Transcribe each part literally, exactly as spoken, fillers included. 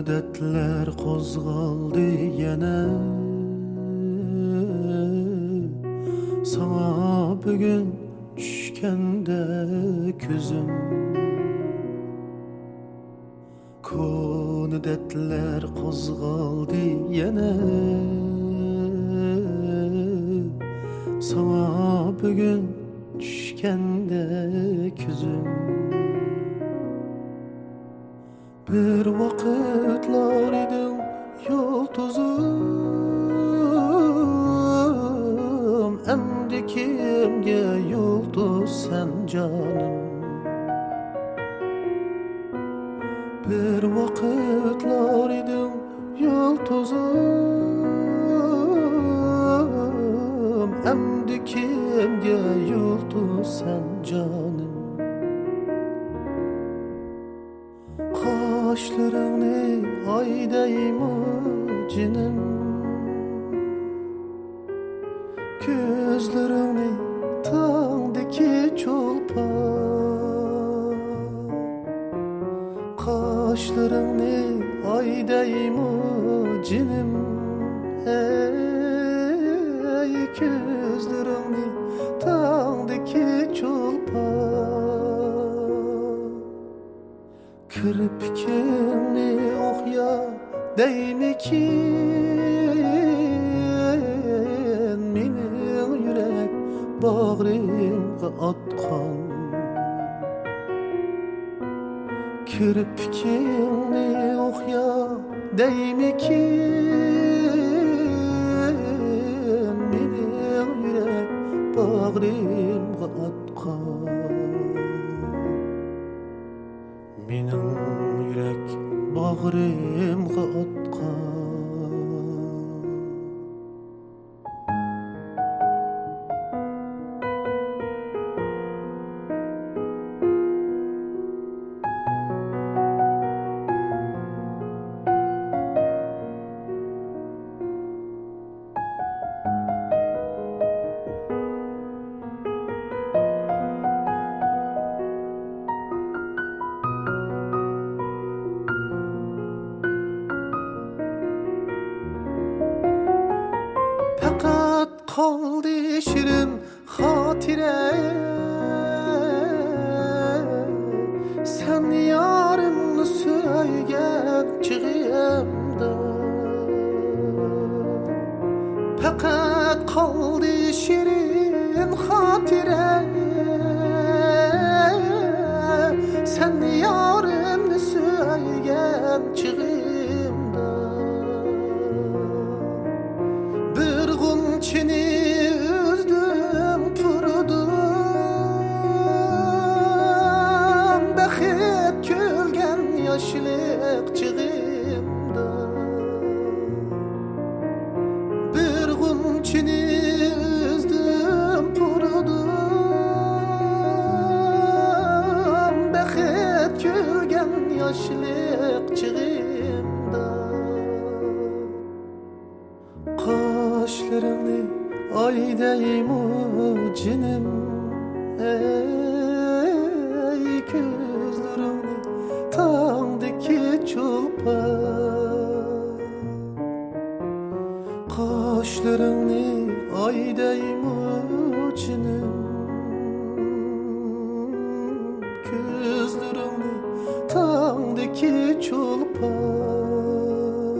Dertler qozg'aldi yana sana bugun tushganda ko'zim Ko'ni dertler qozg'aldi yana sana bugun tushganda ko'zim Bir vakitlar idim yulduzum Endi kimge yulduz sen canım Bir vakitlar idim yulduzum Endi kimge yulduz sen canım Kaşlarını aydayım cinim Gözlerini tandaki çolpan Kaşlarını aydayım cinim Ey gözlerini tandaki çolpan Kirpikini okya değmekin Menin yürek bağrımga atkan Kirpikini okya değmekin Menin yürek bağrımga atkan Mening yürek bağrımga atkan Kaldı şirin hatire Sen yarımını söygen çığımda Fakat kaldı şirin hatire Sen yarımını söygen çığımda Bir gün çini üzdüm purdum Baxet kölgen yaşlık çığımda Bir gün çini üzdüm purdum Baxet kölgen yaşlık çığımda Kaşlarını aydayım cinim Ey gözlerini tandaki çolpan Kaşlarını aydayım cinim Gözlerini tandaki çolpan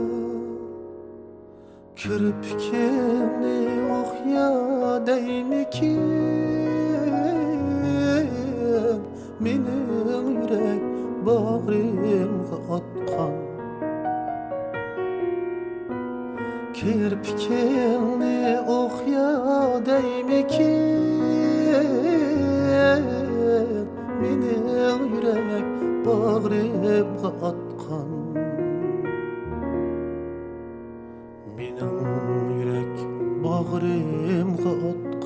Kirpikini okya değmekin Mening yürek bağrımga atkan Kirpikini okya değmekin Mening yürek bağrımga atkan Mening yürek bağrımga atkan